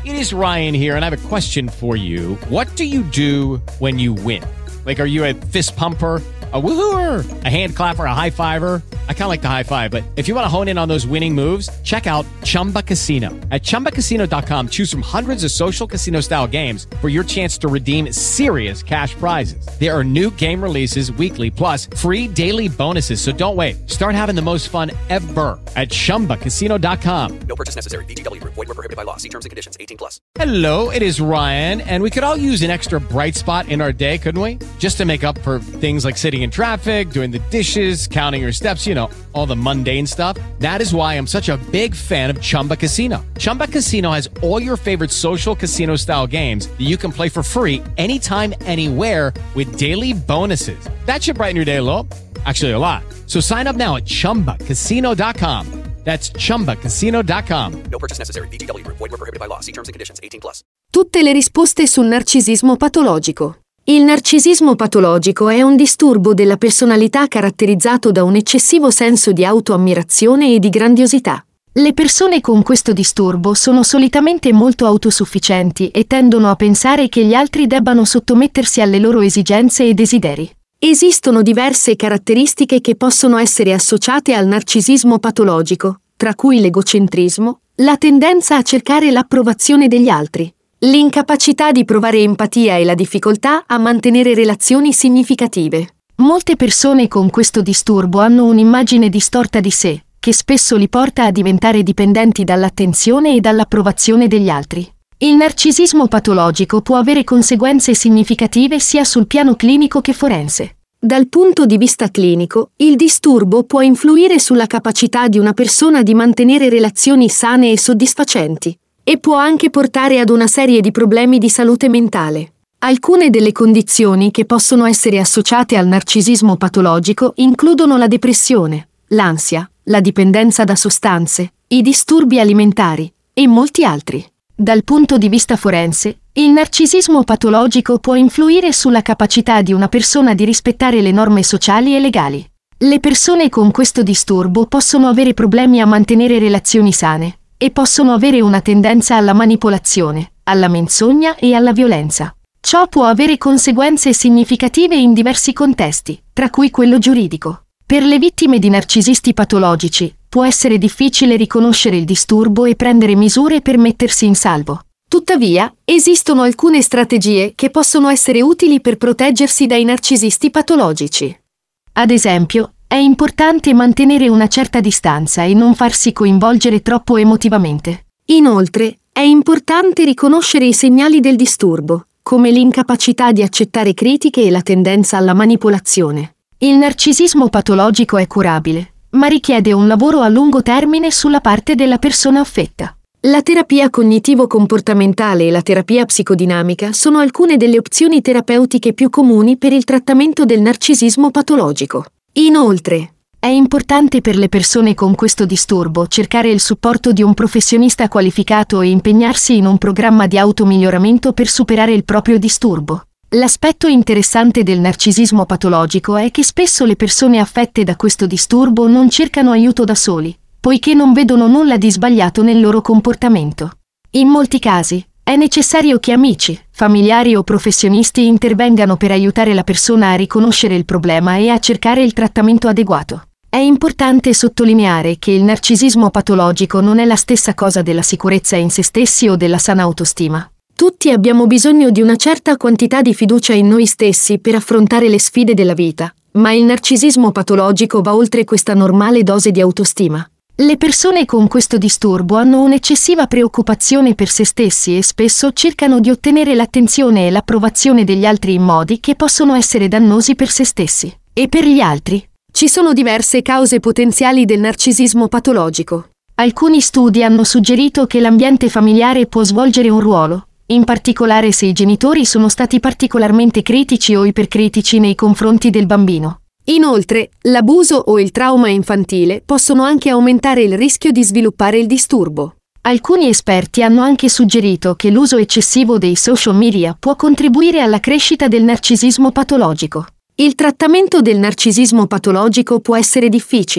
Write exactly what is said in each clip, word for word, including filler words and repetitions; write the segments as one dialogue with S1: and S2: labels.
S1: It is Ryan here, and I have a question for you. What do you do when you win? Like, are you a fist pumper, a woohooer, a hand clapper, a high fiver? I kind of like the high five, but if you want to hone in on those winning moves, check out Chumba Casino. At chumba casino dot com, choose from hundreds of social casino style games for your chance to redeem serious cash prizes. There are new game releases weekly, plus free daily bonuses. So don't wait. Start having the most fun ever at chumba casino dot com.
S2: No purchase necessary. V G W Group. Void where prohibited by law. See terms and conditions. eighteen plus.
S1: Hello, it is Ryan, and we could all use an extra bright spot in our day, couldn't we? Just to make up for things like sitting in traffic, doing the dishes, counting your steps, you know, all the mundane stuff. That is why I'm such a big fan of Chumba Casino. Chumba Casino has all your favorite social casino style games that you can play for free anytime, anywhere with daily bonuses. That should brighten your day a little. Actually, a lot. So sign up now at chumba casino dot com. That's chumba casino dot com.
S2: No purchase necessary. V G W Group. Void where prohibited by law. See terms and conditions. eighteen plus.
S3: Tutte le risposte sul narcisismo patologico. Il narcisismo patologico è un disturbo della personalità caratterizzato da un eccessivo senso di autoammirazione e di grandiosità. Le persone con questo disturbo sono solitamente molto autosufficienti e tendono a pensare che gli altri debbano sottomettersi alle loro esigenze e desideri. Esistono diverse caratteristiche che possono essere associate al narcisismo patologico, tra cui l'egocentrismo, la tendenza a cercare l'approvazione degli altri, l'incapacità di provare empatia e la difficoltà a mantenere relazioni significative. Molte persone con questo disturbo hanno un'immagine distorta di sé, che spesso li porta a diventare dipendenti dall'attenzione e dall'approvazione degli altri. Il narcisismo patologico può avere conseguenze significative sia sul piano clinico che forense. Dal punto di vista clinico, il disturbo può influire sulla capacità di una persona di mantenere relazioni sane e soddisfacenti, e può anche portare ad una serie di problemi di salute mentale. Alcune delle condizioni che possono essere associate al narcisismo patologico includono la depressione, l'ansia, la dipendenza da sostanze, i disturbi alimentari e molti altri. Dal punto di vista forense, il narcisismo patologico può influire sulla capacità di una persona di rispettare le norme sociali e legali. Le persone con questo disturbo possono avere problemi a mantenere relazioni sane e possono avere una tendenza alla manipolazione, alla menzogna e alla violenza. Ciò può avere conseguenze significative in diversi contesti, tra cui quello giuridico. Per le vittime di narcisisti patologici, può essere difficile riconoscere il disturbo e prendere misure per mettersi in salvo. Tuttavia, esistono alcune strategie che possono essere utili per proteggersi dai narcisisti patologici. Ad esempio, è importante mantenere una certa distanza e non farsi coinvolgere troppo emotivamente. Inoltre, è importante riconoscere i segnali del disturbo, come l'incapacità di accettare critiche e la tendenza alla manipolazione. Il narcisismo patologico è curabile, ma richiede un lavoro a lungo termine sulla parte della persona affetta. La terapia cognitivo-comportamentale e la terapia psicodinamica sono alcune delle opzioni terapeutiche più comuni per il trattamento del narcisismo patologico. Inoltre, è importante per le persone con questo disturbo cercare il supporto di un professionista qualificato e impegnarsi in un programma di automiglioramento per superare il proprio disturbo. L'aspetto interessante del narcisismo patologico è che spesso le persone affette da questo disturbo non cercano aiuto da soli, poiché non vedono nulla di sbagliato nel loro comportamento. In molti casi, è necessario che amici, familiari o professionisti intervengano per aiutare la persona a riconoscere il problema e a cercare il trattamento adeguato. È importante sottolineare che il narcisismo patologico non è la stessa cosa della sicurezza in se stessi o della sana autostima. Tutti abbiamo bisogno di una certa quantità di fiducia in noi stessi per affrontare le sfide della vita, ma il narcisismo patologico va oltre questa normale dose di autostima. Le persone con questo disturbo hanno un'eccessiva preoccupazione per se stessi e spesso cercano di ottenere l'attenzione e l'approvazione degli altri in modi che possono essere dannosi per se stessi e per gli altri. Ci sono diverse cause potenziali del narcisismo patologico. Alcuni studi hanno suggerito che l'ambiente familiare può svolgere un ruolo, in particolare se i genitori sono stati particolarmente critici o ipercritici nei confronti del bambino. Inoltre, l'abuso o il trauma infantile possono anche aumentare il rischio di sviluppare il disturbo. Alcuni esperti hanno anche suggerito che l'uso eccessivo dei social media può contribuire alla crescita del narcisismo patologico. Il trattamento del narcisismo patologico può essere difficile,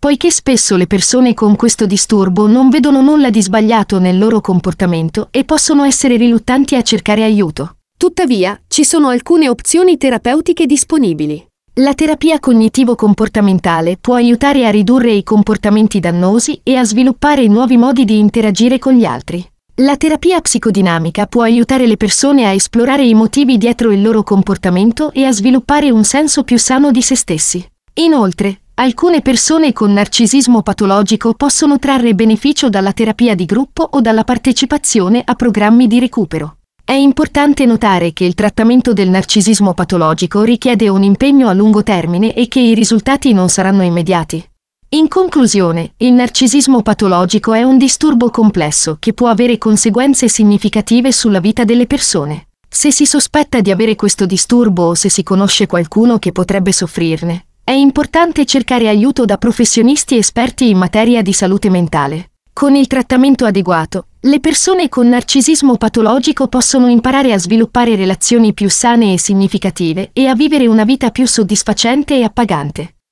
S3: poiché spesso le persone con questo disturbo non vedono nulla di sbagliato nel loro comportamento e possono essere riluttanti a cercare aiuto. Tuttavia, ci sono alcune opzioni terapeutiche disponibili. La terapia cognitivo-comportamentale può aiutare a ridurre i comportamenti dannosi e a sviluppare nuovi modi di interagire con gli altri. La terapia psicodinamica può aiutare le persone a esplorare i motivi dietro il loro comportamento e a sviluppare un senso più sano di se stessi. Inoltre, alcune persone con narcisismo patologico possono trarre beneficio dalla terapia di gruppo o dalla partecipazione a programmi di recupero. È importante notare che il trattamento del narcisismo patologico richiede un impegno a lungo termine e che i risultati non saranno immediati. In conclusione, il narcisismo patologico è un disturbo complesso che può avere conseguenze significative sulla vita delle persone. Se si sospetta di avere questo disturbo o se si conosce qualcuno che potrebbe soffrirne, è importante cercare aiuto da professionisti esperti in materia di salute mentale. Con il trattamento adeguato, le persone con narcisismo patologico possono imparare a sviluppare relazioni più sane e significative e a vivere una vita più soddisfacente e appagante.